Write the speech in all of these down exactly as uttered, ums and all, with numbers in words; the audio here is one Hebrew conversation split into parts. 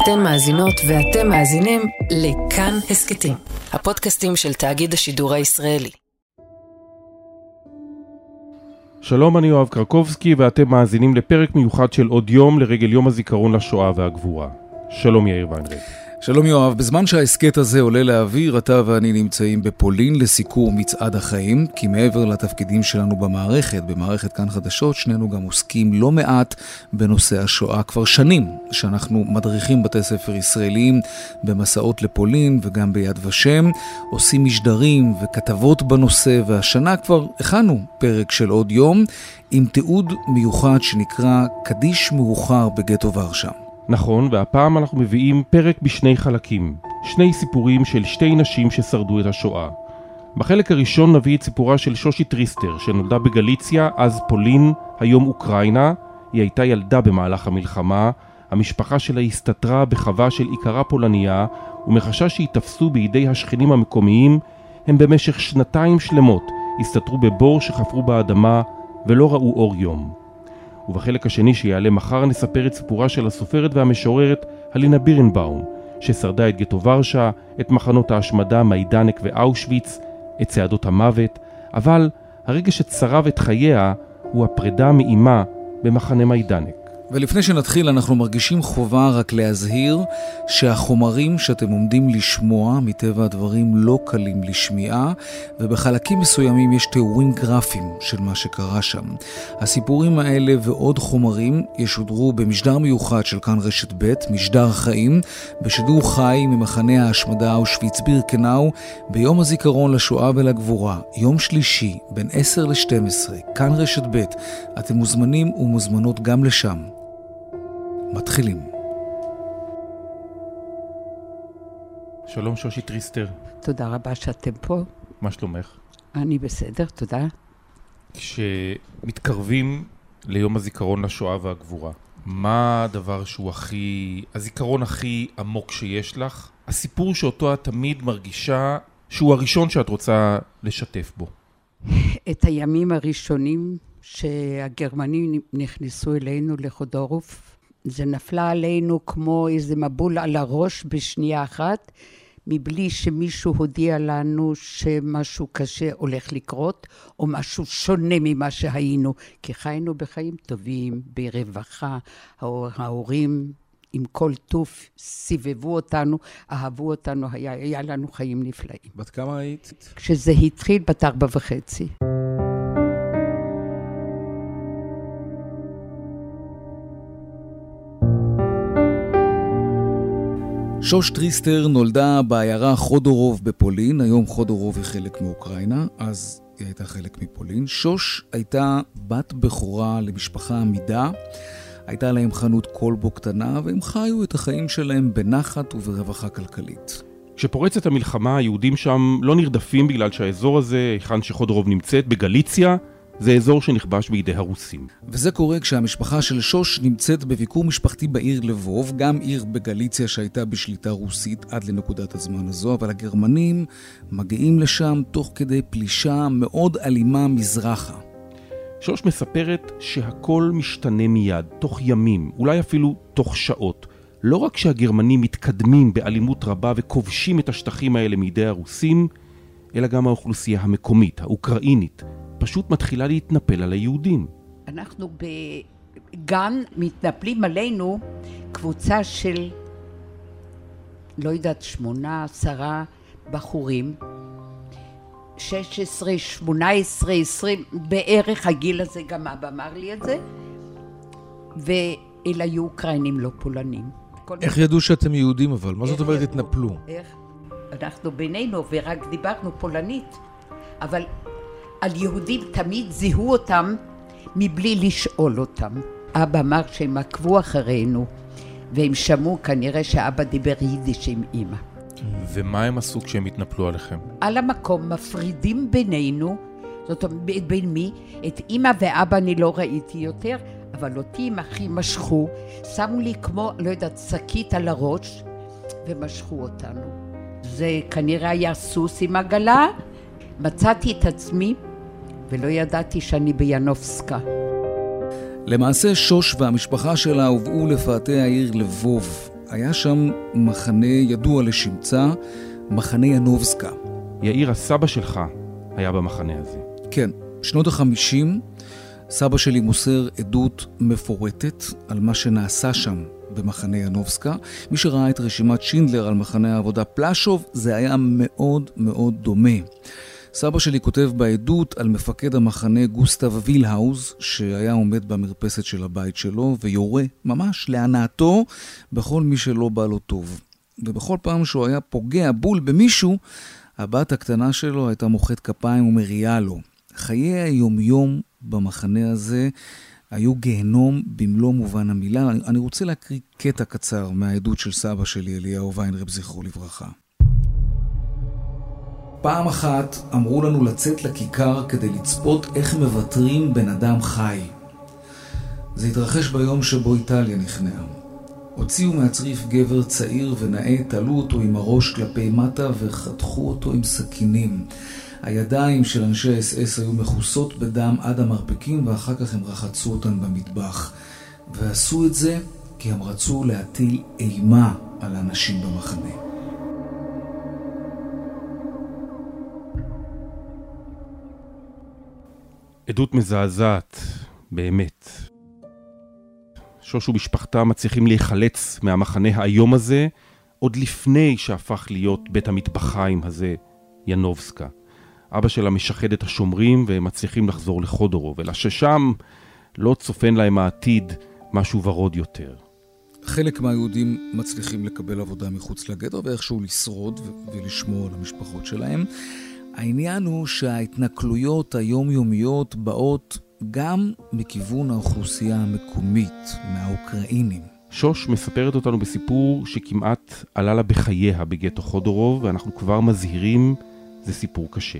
אתן מאזינות ואתם מאזינים לכאן הסקטים, הפודקאסטים של תאגיד השידור הישראלי. שלום, אני יואב קרקובסקי ואתם מאזינים לפרק מיוחד של עוד יום לרגל יום הזיכרון לשואה והגבורה. שלום יאיר ויינרב. שלום יואב, בזמן שהעסקט הזה עולה לאוויר, אתה ואני נמצאים בפולין לסיקור מצעד החיים, כי מעבר לתפקידים שלנו במערכת, במערכת כאן חדשות, שנינו גם עוסקים לא מעט בנושא השואה. כבר שנים שאנחנו מדריכים בתי ספר ישראלים במסעות לפולין וגם ביד ושם, עושים משדרים וכתבות בנושא, והשנה כבר הכנו פרק של עוד יום עם תיעוד מיוחד שנקרא קדיש מאוחר בגטו ורשה. נכון, והפעם אנחנו מביאים פרק בשני חלקים, שני סיפורים של שתי נשים ששרדו את השואה. בחלק הראשון נביא את סיפורה של שושי טריסטר, שנולדה בגליציה, אז פולין, היום אוקראינה. היא הייתה ילדה במהלך המלחמה, המשפחה שלה הסתתרה בחווה של עיקרה פולניה, ומחשש שהתפסו בידי השכנים המקומיים, הם במשך שנתיים שלמות הסתתרו בבור שחפרו באדמה ולא ראו אור יום. ובחלק השני שיעלה מחר נספר את סיפורה של הסופרת והמשוררת הלינה בירנבאום, ששרדה את גטו ורשה, את מחנות ההשמדה מיידנק ואושוויץ, את צעדות המוות, אבל הרגע שצרב את חייה הוא הפרידה מאימה במחנה מיידנק. ולפני שנתחיל אנחנו מרגישים חובה רק להזהיר שהחומרים שאתם עומדים לשמוע מטבע הדברים לא קלים לשמיעה, ובחלקים מסוימים יש תיאורים גרפיים של מה שקרה שם. הסיפורים האלה ועוד חומרים ישודרו במשדר מיוחד של כאן רשת ב', משדר חיים, בשידור חי ממחנה ההשמדה אושוויץ בירקנאו, ביום הזיכרון לשואה ולגבורה, יום שלישי בין עשר ל-שתים עשרה, כאן רשת ב'. אתם מוזמנים ומוזמנות גם לשם. מתחילים. שלום שושי טריסטר. תודה רבה שאתם פה. מה שלומך? אני בסדר, תודה. כשמתקרבים ליום הזיכרון לשואה והגבורה, מה הדבר שהוא הכי, הזיכרון הכי עמוק שיש לך? הסיפור שאותו את תמיד מרגישה שהוא הראשון שאת רוצה לשתף בו. את הימים הראשונים שהגרמנים נכנסו אלינו לחודורוב, זה נפלה עלינו כמו איזה מבול על הראש בשנייה אחת, מבלי שמישהו הודיע לנו שמשהו קשה הולך לקרות, או משהו שונה ממה שהיינו, כי חיינו בחיים טובים, ברווחה, ההורים עם כל טוף סיבבו אותנו, אהבו אותנו, היה, היה לנו חיים נפלאים. בת כמה היית? כשזה התחיל בת ארבע וחצי. שוש טריסטר נולדה בעיירה חודורוב בפולין, היום חודורוב היא חלק מאוקראינה, אז היא הייתה חלק מפולין. שוש הייתה בת בכורה למשפחה עמידה, הייתה להם חנות קולבו קטנה, והם חיו את החיים שלהם בנחת וברווחה כלכלית. כשפורצת המלחמה, היהודים שם לא נרדפים בגלל שהאזור הזה, היכן שחודורוב נמצאת, בגליציה, זה אזור שנכבש בידי הרוסים. וזה קורה כשהמשפחה של שוש נמצאת בביקור משפחתי בעיר לבוב, גם עיר בגליציה שהייתה בשליטה רוסית עד לנקודת הזמן הזו, אבל הגרמנים מגיעים לשם תוך כדי פלישה מאוד אלימה מזרחה. שוש מספרת שהכל משתנה מיד, תוך ימים, אולי אפילו תוך שעות. לא רק שהגרמנים מתקדמים באלימות רבה וכובשים את השטחים האלה מידי הרוסים, אלא גם האוכלוסייה המקומית, האוקראינית, פשוט מתחילה להתנפל על היהודים. אנחנו בגן מתנפלים עלינו קבוצה של, לא יודעת, שמונה, עשרה בחורים, שש עשרה, שמונה עשרה, עשרים, בערך הגיל הזה, גם אבא אמר לי את זה, ואלה היו אוקראינים לא פולנים. איך ידעו שאתם יהודים אבל? מה זאת אומרת התנפלו? איך? אנחנו בינינו ורק דיברנו פולנית, אבל על יהודים תמיד זיהו אותם מבלי לשאול אותם. אבא אמר שהם עקבו אחרינו, והם שמעו כנראה שאבא דיבר יידיש עם אמא. ומה הם עשו כשהם התנפלו עליכם? על המקום מפרידים בינינו, זאת אומרת בין מי, את אמא ואבא אני לא ראיתי יותר, אבל אותי עם אחי משכו, שמו לי כמו, לא יודעת, שקית על הראש, ומשכו אותנו. זה כנראה היה סוס עם עגלה, מצאתי את עצמי, ולא ידעתי שאני ביאנובסקה. למעשה שוש והמשפחה שלה הובאו לפאתי העיר לבוב. היה שם מחנה ידוע לשמצה, מחנה ינובסקה. יאיר, הסבא שלך היה במחנה הזה. כן, שנות החמישים, סבא שלי מוסר עדות מפורטת על מה שנעשה שם במחנה ינובסקה. מי שראה את רשימת שינדלר על מחנה העבודה פלשוב, זה היה מאוד מאוד דומה. סבא שלי כותב בעדות על מפקד המחנה גוסטב וילהאוז, שהיה עומד במרפסת של הבית שלו ויורה ממש להנאתו בכל מי שלא בא לו טוב. ובכל פעם שהוא היה פוגע בול במישהו, הבת הקטנה שלו הייתה מוחאת כפיים ומריעה לו. חיי היומיום במחנה הזה היו גיהנום במלוא מובן המילה. אני, אני רוצה להקריא קטע קצר מהעדות של סבא שלי, אליהו ויינרב, זכרו לברכה. פעם אחת אמרו לנו לצאת לכיכר כדי לצפות איך מבטרים בן אדם חי. זה התרחש ביום שבו איטליה נכנעה. הוציאו מהצריף גבר צעיר ונאה, תלו אותו עם הראש כלפי מטה וחתכו אותו עם סכינים. הידיים של אנשי האס אס היו מכוסות בדם עד המרפקים, ואחר כך הם רחצו אותן במטבח. ועשו את זה כי הם רצו להטיל אימה על האנשים במחנה. עדות מזעזעת, באמת. שוש ומשפחתה מצליחים להיחלץ מהמחנה האיום הזה, עוד לפני שהפך להיות בית המטבחיים הזה, ינובסקה. אבא שלה משחד את השומרים והם מצליחים לחזור לחודורוב, אלא ששם לא צופן להם העתיד משהו ורוד יותר. חלק מהיהודים מצליחים לקבל עבודה מחוץ לגטו ואיכשהו לשרוד ו- ולשמור על המשפחות שלהם. העניין הוא שההתנכלויות היומיומיות באות גם מכיוון האוכלוסייה המקומית, מהאוקראינים. שוש מספרת אותנו בסיפור שכמעט עלה לה בחייה בגטו חודורוב, ואנחנו כבר מזהירים, זה סיפור קשה.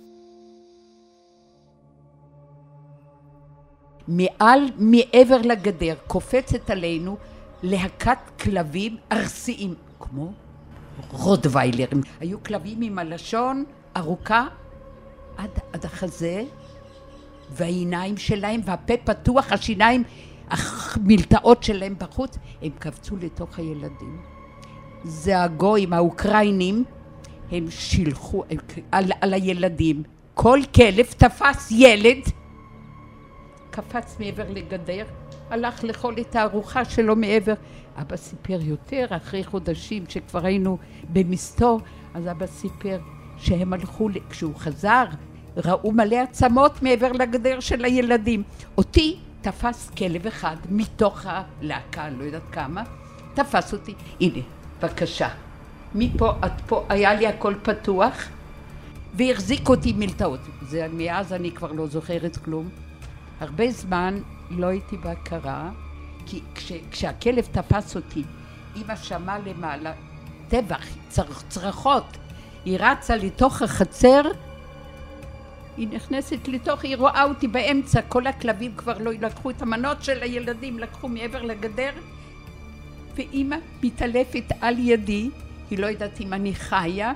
מעל, מעבר לגדר, קופצת עלינו להקת כלבים ארסיים, כמו רוטוויילרים. היו כלבים עם הלשון ארוכה עד, עד החזה, והעיניים שלהם והפה פתוח, השיניים, המלטאות שלהם בחוץ, הם קפצו לתוך הילדים. זה הגויים, האוקראינים, הם שילחו על, על הילדים. כל כלב תפס ילד, קפץ מעבר לגדר, הלך לאכול את הארוחה שלו מעבר. אבא סיפר יותר, אחרי חודשים שכבר היינו במסתור, אז אבא סיפר שהם הלכו, כשהוא חזר, ראו מלא עצמות מעבר לגדר של הילדים. אותי תפס כלב אחד מתוך הלהקה, לא יודעת כמה, תפס אותי, הנה, בבקשה. מפה עד פה היה לי הכל פתוח, והחזיק אותי מלטאות. זה מאז אני כבר לא זוכרת כלום. הרבה זמן לא הייתי בהכרה, כי כש, כשהכלב תפס אותי, אמא שמעה למעלה, טבח, צר, צרחות, היא רצה לתוך החצר, היא נכנסת לתוך, היא רואה אותי באמצע, כל הכלבים כבר לא לקחו את המנות של הילדים, לקחו מעבר לגדר, ואמא מתעלפת על ידי, היא לא יודעת אם אני חיה.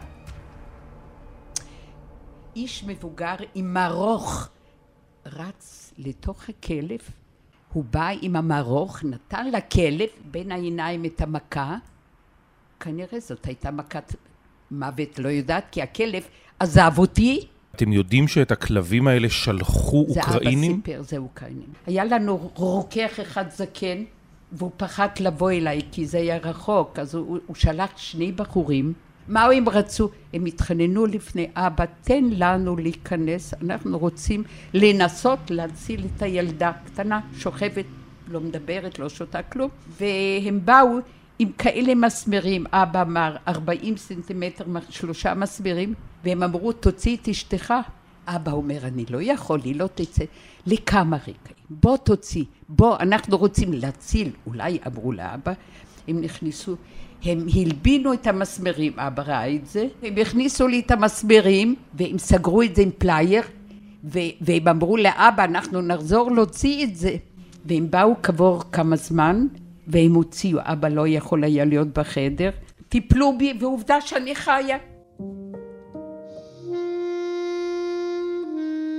איש מבוגר עם מרוך רץ לתוך הכלב, הוא בא עם המרוך, נתן לכלב בין העיניים את המכה, כנראה זאת הייתה מכת מוות, לא יודעת, כי הכלב עזב אותי. אתם יודעים שאת הכלבים האלה שלחו אוקראינים? זה אבא סיפר, זה אוקראינים. היה לנו רוקח אחד זקן, והוא פחד לבוא אליי, כי זה היה רחוק, אז הוא, הוא שלח שני בחורים. מה הם רצו? הם התחננו לפני אבא, תן לנו להיכנס, אנחנו רוצים לנסות להציל את הילדה קטנה, שוכבת, לא מדברת, לא שותה כלום, והם באו עם כאלה מסמרים, אבא אמר ארבעים סנטימטר, שלושה מסמרים, והם אמרו, תוציא את אשתך. אבא אומר, אני לא יכול, היא לא תצא. לכמה רגעים, בוא תוציא, בוא, אנחנו רוצים להציל, אולי אמרו לאבא, הם נכנסו, הם הלבינו את המסמרים, אבא ראה את זה, הם הכניסו לי את המסמרים, והם סגרו את זה עם פלייר, ו- והם אמרו לאבא, אנחנו נחזור להוציא את זה, והם באו כעבור כמה זמן, והם הוציאו, אבא לא יכול היה להיות בחדר, טיפלו בי, ועובדה שאני חיה.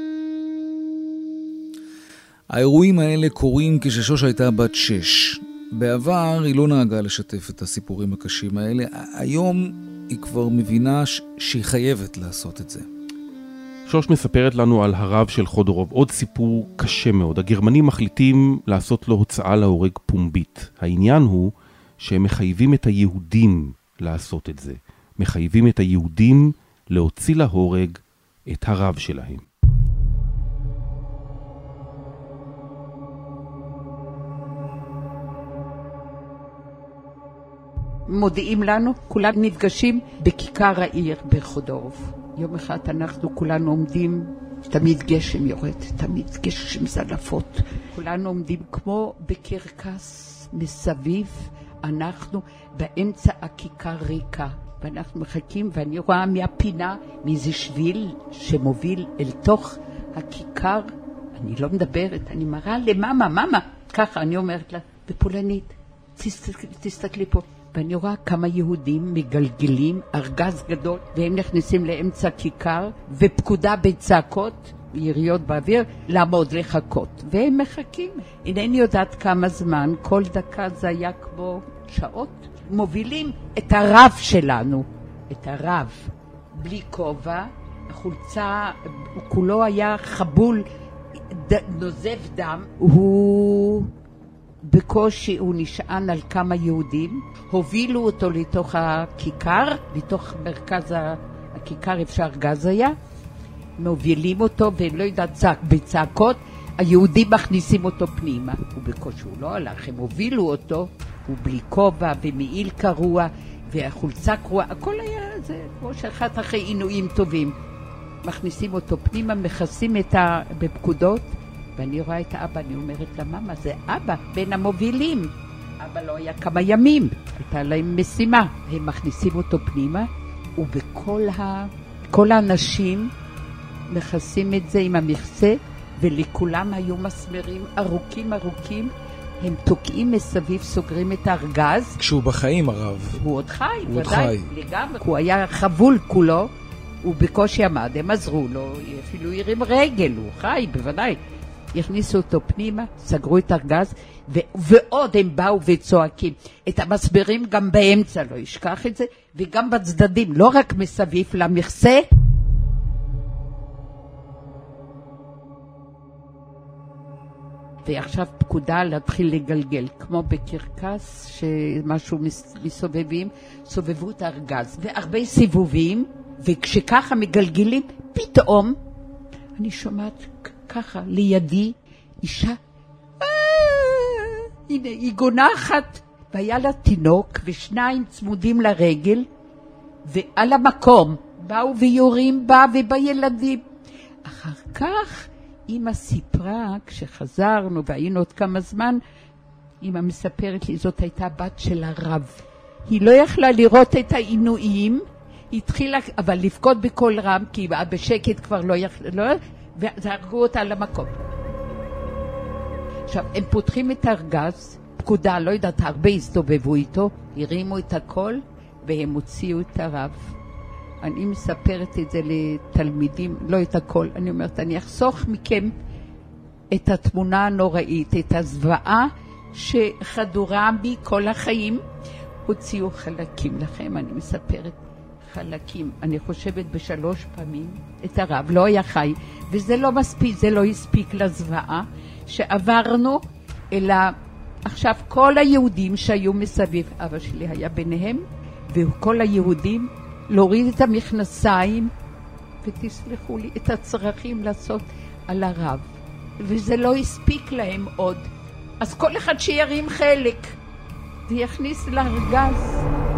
האירועים האלה קורים כששוש הייתה בת שש, בעבר היא לא נהגה לשתף את הסיפורים הקשים האלה. היום היא כבר מבינה ש- שהיא חייבת לעשות את זה. שוש מספרת לנו על הרב של חודורוב, עוד סיפור קשה מאוד. הגרמנים מחליטים לעשות לו הוצאה להורג פומבית. העניין הוא שהם מחייבים את היהודים לעשות את זה. מחייבים את היהודים להוציא להורג את הרב שלהם. מודיעים לנו, כולם נפגשים בכיכר העיר בחודורוב. יום אחד אנחנו כולנו עומדים, תמיד גשם יורד, תמיד גשם זלפות. כולנו עומדים כמו בקרקס מסביב, אנחנו באמצע הכיכר ריקה. ואנחנו מחכים, ואני רואה מהפינה, מאיזה שביל שמוביל אל תוך הכיכר. אני לא מדברת, אני מראה למאמה, מאמה. ככה אני אומרת לה, בפולנית, תסתכלי, תסתכלי פה. ואני רואה כמה יהודים מגלגלים ארגז גדול, והם נכנסים לאמצע כיכר, ופקודה בצעקות, יריות באוויר, לעמוד לחכות. והם מחכים. אינני יודעת כמה זמן, כל דקה זה היה כמו שעות. מובילים את הרב שלנו, את הרב, בלי כובע, החולצה, הוא כולו היה חבול, ד, נוזב דם, הוא בקושי, הוא נשען על כמה יהודים, הובילו אותו לתוך הכיכר, לתוך מרכז הכיכר אפשר גז היה, מובילים אותו ולא יודעת צעק, בצעקות, היהודים מכניסים אותו פנימה, הוא בקושי, הוא לא הלך, הם הובילו אותו, הוא בלי כובע ומעיל קרוע והחולצה קרועה, הכל היה זה כמו שאחת אחרי עינויים טובים. מכניסים אותו פנימה, מכסים את ה... בפקודות, ואני רואה את האבא, אני אומרת לה, מאמה, זה אבא, בין המובילים. אבא לא היה כמה ימים, הייתה להם משימה. הם מכניסים אותו פנימה, ובכל ה... כל האנשים מכסים את זה עם המכסה, ולכולם היו מסמרים ארוכים ארוכים, הם תוקעים מסביב, סוגרים את הארגז. כשהוא בחיים הרב. הוא עוד חי, הוא עוד ודאי, חי. לגמרי. הוא היה חבול כולו, הוא בקושי עמד, הם עזרו לו, אפילו הרים רגל, הוא חי, בוודאי. הכניסו אותו פנימה, סגרו את הארגז, ו- ועוד הם באו וצועקים. את המסברים גם באמצע, לא ישכח את זה, וגם בצדדים, לא רק מסביב למכסה. ועכשיו פקודה להתחיל לגלגל, כמו בקרקס שמשהו מסובבים, סובבו את הארגז, והרבה סיבובים, וכשככה מגלגלים, פתאום אני שומעת ככה לידי אישה, הנה היא גונחת, והיה לה תינוק ושניים צמודים לרגל, ועל המקום באו ויורים בה ובילדים. אחר כך אמא סיפרה, כשחזרנו והיינו עוד כמה זמן, אמא מספרת לי, זאת הייתה בת של הרב. היא לא יכלה לראות את העינויים, היא התחילה, אבל לפקוד בכל רם, כי בשקט כבר לא יכלה, לא, והרגו אותה על המקום. עכשיו, הם פותחים את הארגז, פקודה, לא יודעת, הרבה הסתובבו איתו, הרימו את הכל, והם הוציאו את הרב. אני מספרת את זה לתלמידים, לא את הכל, אני אומרת, אני אחסוך מכם את התמונה הנוראית, את הזוועה שחדורה בי כל החיים, הוציאו חלקים לכם, אני מספרת חלקים, אני חושבת בשלוש פעמים, את הרב, לא היה חי, וזה לא מספיק, זה לא הספיק לזוועה שעברנו, אלא עכשיו כל היהודים שהיו מסביב, אבא שלי היה ביניהם, וכל היהודים, להוריד את המכנסיים, ותסלחו לי, את הצרכים לעשות על הרב. וזה לא הספיק להם עוד. אז כל אחד שירים חלק, ויכניס לארגז.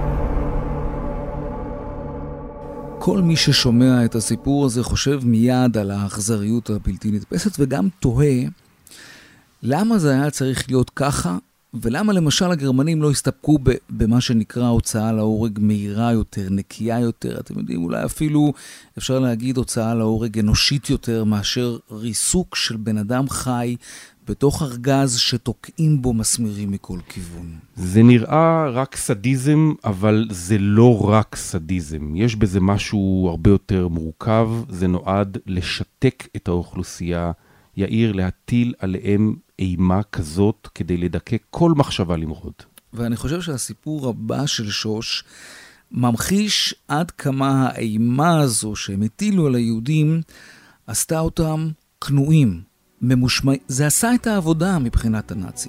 כל מי ששומע את הסיפור הזה חושב מיד על האכזריות הבלתי נתפסת, וגם תוהה למה זה היה צריך להיות ככה, ולמה למשל הגרמנים לא הסתפקו במה שנקרא הוצאה להורג מהירה יותר, נקייה יותר, אתם יודעים, אולי אפילו אפשר להגיד הוצאה להורג אנושית יותר, מאשר ריסוק של בן אדם חי בתוך ארגז שתוקעים בו מסמרים מכל כיוון. זה נראה רק סדיזם, אבל זה לא רק סדיזם. יש בזה משהו הרבה יותר מורכב, זה נועד לשתק את האוכלוסייה, יאיר, להטיל עליהם אימה כזאת כדי לדכא כל מחשבה למרוד. ואני חושב שהסיפור הבא של שוש ממחיש עד כמה האימה הזו שהם הטילו על היהודים עשתה אותם כנועים, ממושמעים. זה עשה את העבודה מבחינת הנאצים.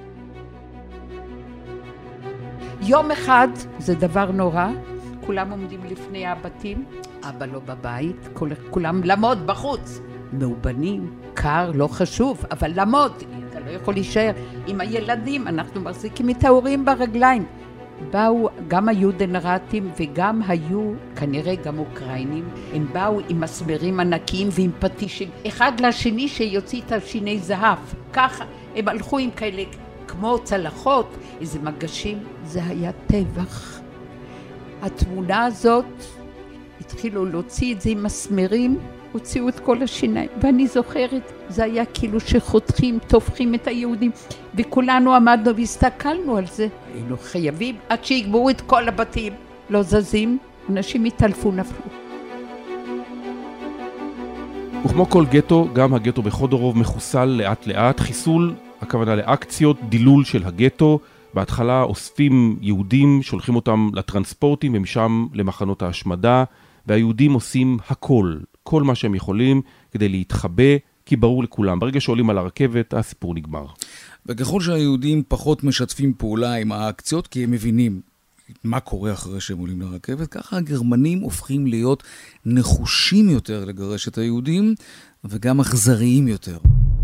יום אחד זה דבר נורא, כולם עומדים לפני הבתים, אבא לא בבית, כולם למוד בחוץ. מאובנים, קר, לא חשוב, אבל למוד, אתה לא יכול להישאר עם הילדים, אנחנו מחזיקים את ההורים ברגליים. באו גם היודנרטים וגם היו כנראה גם אוקראינים, הם באו עם מסמרים ענקיים ועם פטישים, אחד לשני שיוציא את השיני זהב, ככה הם הלכו עם כאלה כמו צלחות, איזה מגשים, זה היה טבח. התמונה הזאת, התחילו להוציא את זה עם מסמרים, הוציאו את כל השיניים, ואני זוכרת, זה היה כאילו שחותכים, תופחים את היהודים, וכולנו עמדנו והסתכלנו על זה. היינו חייבים, עד שיגמרו את כל הבתים, לא זזים, אנשים התעלפו, נפלו. וכמו כל גטו, גם הגטו בחודורוב מחוסל לאט לאט, חיסול, הכוונה לאקציות, דילול של הגטו, בהתחלה אוספים יהודים, שולחים אותם לטרנספורטים ומשם למחנות ההשמדה, והיהודים עושים הכל, כל מה שהם יכולים כדי להתחבא, כי ברור לכולם, ברגע שעולים על הרכבת, הסיפור נגמר. וככל שהיהודים פחות משתפים פעולה עם האקציות, כי הם מבינים מה קורה אחרי שהם עולים לרכבת, ככה הגרמנים הופכים להיות נחושים יותר לגרש את היהודים, וגם אכזריים יותר.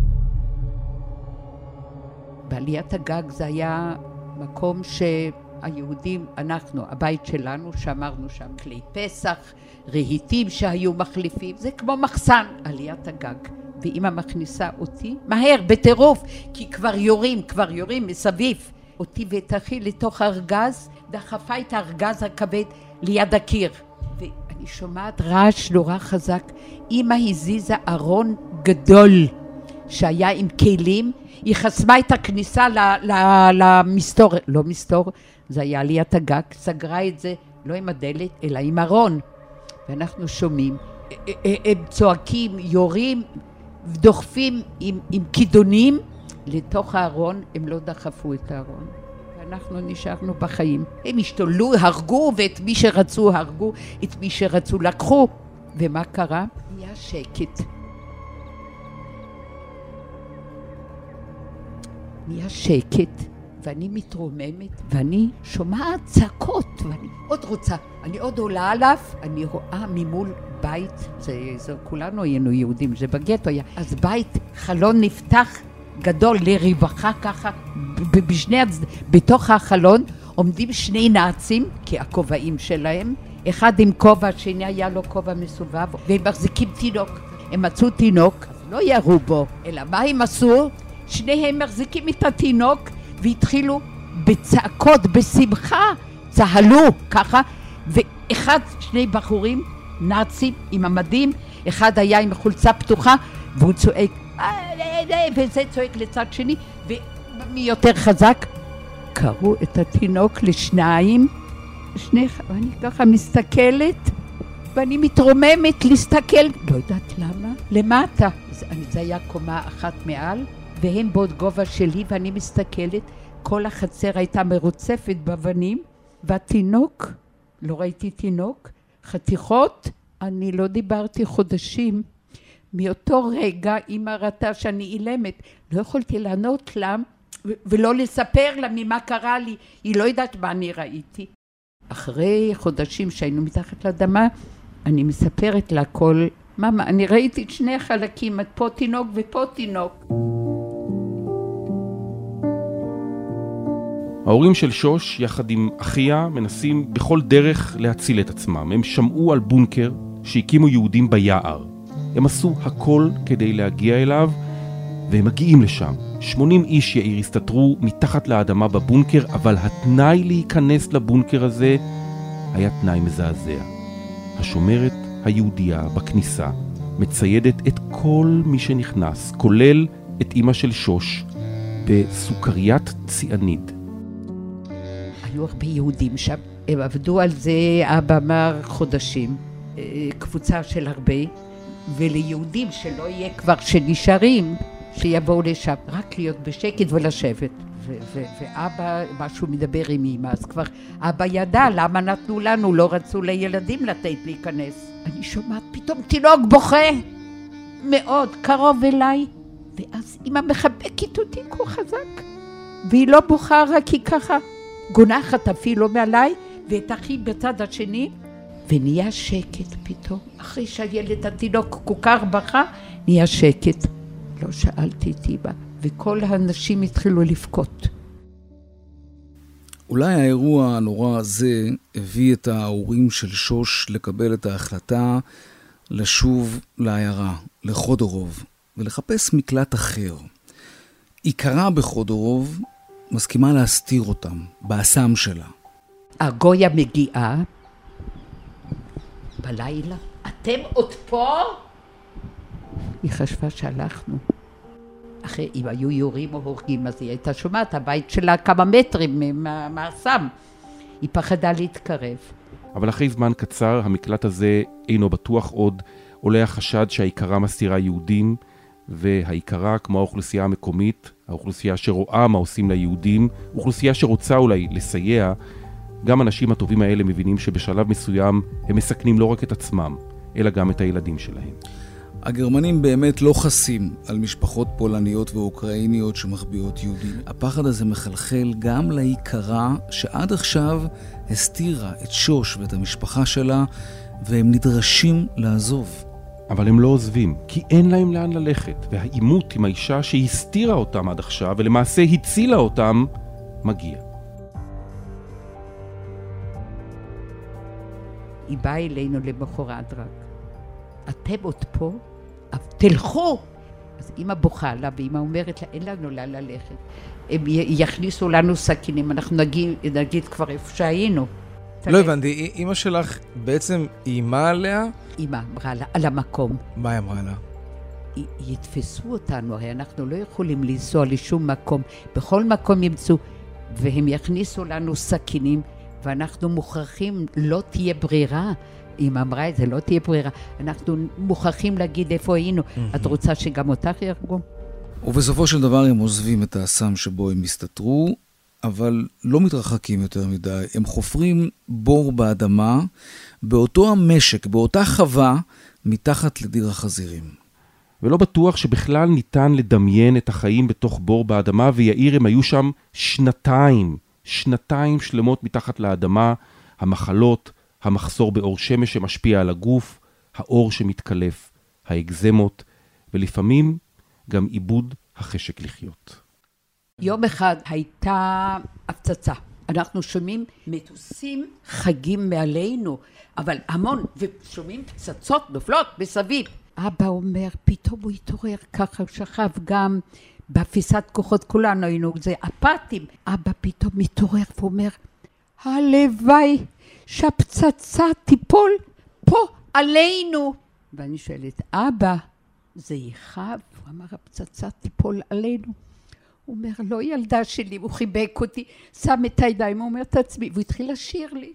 בעליית הגג זה היה מקום שהיהודים, אנחנו, הבית שלנו, שאמרנו שם כלי פסח, רהיטים שהיו מחליפים, זה כמו מחסן, עליית הגג. ואמא מכניסה אותי, מהר, בטירוף, כי כבר יורים, כבר יורים מסביב. אותי ואת אחי לתוך ארגז, דחפה את הארגז הכבד ליד הקיר. ואני שומעת רעש נורא חזק, אמא הזיזה ארון גדול, שהיה עם כלים, היא חסמה את הכניסה למסתור, לא מסתור, זה היה עליית הגג, סגרה את זה, לא עם הדלת, אלא עם ארון. ואנחנו שומעים, הם צועקים, יורים, דוחפים עם, עם כידונים לתוך הארון, הם לא דחפו את הארון. ואנחנו נשארנו בחיים. הם השתוללו, הרגו, ואת מי שרצו הרגו, את מי שרצו לקחו. ומה קרה? היה שקט. נהיה שקט, ואני מתרוממת, ואני שומעת צעקות, ואני עוד רוצה, אני עוד עולה עליו, אני רואה ממול בית, זה, זה כולנו היינו יהודים, זה בגטו היה, אז בית, חלון נפתח גדול לרווחה ככה, בשני, בתוך החלון עומדים שני נאצים, כי הכובעים שלהם, אחד עם כובע, השני היה לו כובע מסובב, והם מחזיקים תינוק, הם מצאו תינוק, אז לא ירו בו, אלא מה הם עשו? שניהם מחזיקים את התינוק והתחילו בצעקות, בשמחה, צהלו ככה, ואחד, שני בחורים, נאצים עם המדים, אחד היה עם חולצה פתוחה, והוא צועק, וזה צועק לצד שני, ומי יותר חזק, קראו את התינוק לשניים, שני, ואני ככה מסתכלת, ואני מתרוממת להסתכל, לא יודעת למה, למטה, זה, זה היה קומה אחת מעל, והם בעוד גובה שלי, ואני מסתכלת, כל החצר הייתה מרוצפת בבנים, והתינוק, לא ראיתי תינוק, חתיכות, אני לא דיברתי חודשים, מאותו רגע אמא ראתה שאני אילמת, לא יכולתי לענות לה, ולא לספר לה ממה קרה לי, היא לא יודעת מה אני ראיתי. אחרי חודשים שהיינו מתחת לאדמה, אני מספרת לה כל, ממה, אני ראיתי את שני החלקים, את פה תינוק ופה תינוק. ההורים של שוש, יחד עם אחיה, מנסים בכל דרך להציל את עצמם. הם שמעו על בונקר שהקימו יהודים ביער. הם עשו הכל כדי להגיע אליו, והם מגיעים לשם. שמונים איש יאיר הסתתרו מתחת לאדמה בבונקר, אבל התנאי להיכנס לבונקר הזה היה תנאי מזעזע. השומרת היהודייה בכניסה מציידת את כל מי שנכנס, כולל את אמא של שוש, בסוכריית ציאניד. היו הרבה יהודים שם, הם עבדו על זה, אבא אמר חודשים, קבוצה של הרבה, וליהודים שלא יהיה כבר שנשארים, שיבואו לשם, רק להיות בשקט ולשבת. ו- ו- ואבא, משהו מדבר עם אמא, אז כבר אבא ידע למה נתנו לנו, לא רצו לילדים לתת להיכנס. אני שומעת פתאום תינוק בוכה, מאוד קרוב אליי, ואז אמא מחבקת אותי כה חזק, והיא לא בוכה, רק היא ככה גונחת אפילו מעליי, ואת אחי בצד השני, ונהיה שקט פתאום, אחרי שהילד התינוק כל כך בכה, נהיה שקט. לא שאלתי את אמא, וכל האנשים התחילו לבכות. אולי האירוע הנורא הזה הביא את ההורים של שוש לקבל את ההחלטה לשוב לעיירה, לחודורוב, ולחפש מקלט אחר. עיקרה בחודורוב מסכימה להסתיר אותם, באסם שלה. הגויה מגיעה בלילה, אתם עוד פה? היא חשבה שהלכנו. אחרי, אם היו יורים או הורגים, אז היא הייתה שומעת, הבית שלה כמה מטרים מהאסם. היא פחדה להתקרב. אבל אחרי זמן קצר, המקלט הזה אינו בטוח עוד, עולה החשד שהעיקרה מסתירה יהודים, והעיקרה, כמו האוכלוסייה המקומית, האוכלוסייה שרואה מה עושים ליהודים, אוכלוסייה שרוצה אולי לסייע, גם אנשים הטובים האלה מבינים שבשלב מסוים הם מסכנים לא רק את עצמם, אלא גם את הילדים שלהם. הגרמנים באמת לא חסים על משפחות פולניות ואוקראיניות שמחביאות יהודים. הפחד הזה מחלחל גם לעיקרה שעד עכשיו הסתירה את שוש ואת המשפחה שלה, והם נדרשים לעזוב. אבל הם לא עוזבים, כי אין להם לאן ללכת, והעימות עם האישה שהסתירה אותם עד עכשיו, ולמעשה הצילה אותם, מגיע. היא באה אלינו למחרת רק. אתם עוד פה? תלכו! אז אמא בוכה לה, ואמא אומרת לה, אין לנו לאן ללכת. הם יכניסו לנו סכינים, אנחנו נגיד, נגיד כבר איפה שהיינו. לא הבנתי, אמא שלך בעצם אימה עליה? אמא אמרה לה, על המקום. מה היא אמרה לה? יתפסו אותנו, הרי אנחנו לא יכולים לנסוע לשום מקום. בכל מקום ימצאו, והם יכניסו לנו סכינים, ואנחנו מוכרחים, לא תהיה ברירה. אמא אמרה את זה, לא תהיה ברירה. אנחנו מוכרחים להגיד איפה היינו. את רוצה שגם אותך ירגו? ובסופו של דבר הם עוזבים את האסם שבו הם הסתתרו, אבל לא מתרחקים יותר מדי. הם חופרים בור באדמה, באותו המשק, באותה חווה, מתחת לדיר החזירים. ולא בטוח שבכלל ניתן לדמיין את החיים בתוך בור באדמה, ויעיר הם היו שם שנתיים, שנתיים שלמות מתחת לאדמה, המחלות, המחסור באור שמש שמשפיע על הגוף, האור שמתקלף, האקזמות, ולפעמים גם עיבוד החשק לחיות. יום אחד הייתה הפצצה. אנחנו שומעים מטוסים חגים מעלינו, אבל המון, ושומעים פצצות נופלות מסביב. אבא אומר, פתאום הוא התעורר ככה, הוא שכב גם באפיסת כוחות כולנו, היינו זה אפתים. אבא פתאום מתעורר ואומר, הלוואי שהפצצה תיפול פה עלינו. ואני שואלת, אבא, זה יכאב? הוא אמר, הפצצה תיפול עלינו. הוא אומר, לא ילדה שלי, הוא חיבק אותי, שם את הידיים, הוא אומר, תעצמי, והוא התחיל לשיר לי.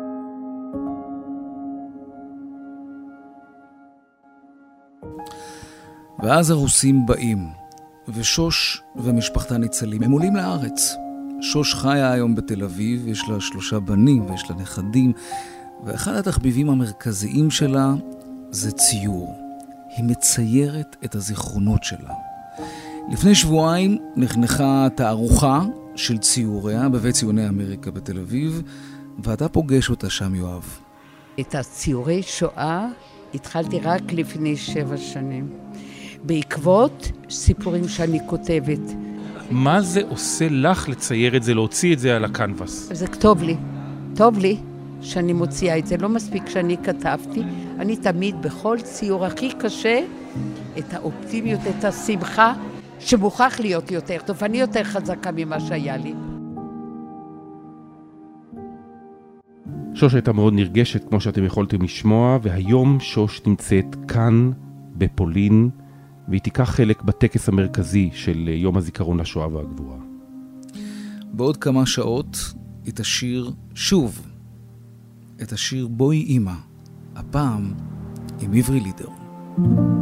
ואז הרוסים באים, ושוש ומשפחתה ניצלים. הם עולים לארץ. שוש חיה היום בתל אביב, יש לה שלושה בנים ויש לה נכדים, ואחד התחביבים המרכזיים שלה זה ציור. היא מציירת את הזיכרונות שלה. לפני שבועיים נחנכה תערוכה של ציוריה בבית ציוני אמריקה בתל אביב, ואתה פוגש אותה שם, יואב. את הציורי שואה התחלתי רק לפני שבע שנים, בעקבות סיפורים שאני כותבת. מה זה עושה לך לצייר את זה, להוציא את זה על הקנבס? זה טוב לי, טוב לי שאני מוציאה את זה. לא מספיק שאני כתבתי, אני תמיד בכל ציור הכי קשה, את האופטימיות, את השמחה, שמוכרח להיות יותר טוב. אני יותר חזקה ממה שהיה לי. שוש הייתה מאוד נרגשת, כמו שאתם יכולתם לשמוע, והיום שוש נמצאת כאן, בפולין, והיא תיקח חלק בטקס המרכזי של יום הזיכרון לשואה והגבורה. בעוד כמה שעות היא תשיר שוב את השיר בואי אמא, הפעם עם עברי לידר.